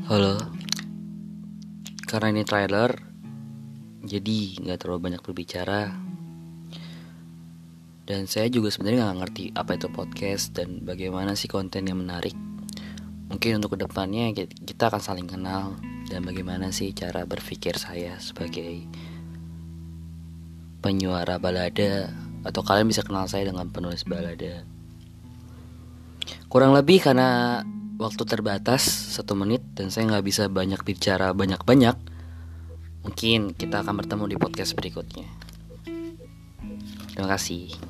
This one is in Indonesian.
Halo, karena ini trailer, jadi nggak terlalu banyak berbicara. Dan saya juga sebenarnya nggak ngerti apa itu podcast dan bagaimana sih konten yang menarik. Mungkin untuk kedepannya kita akan saling kenal dan bagaimana sih cara berpikir saya sebagai penyuara balada, atau kalian bisa kenal saya dengan penulis balada. Kurang lebih karena waktu terbatas 1 menit dan saya nggak bisa banyak bicara banyak-banyak. Mungkin kita akan bertemu di podcast berikutnya. Terima kasih.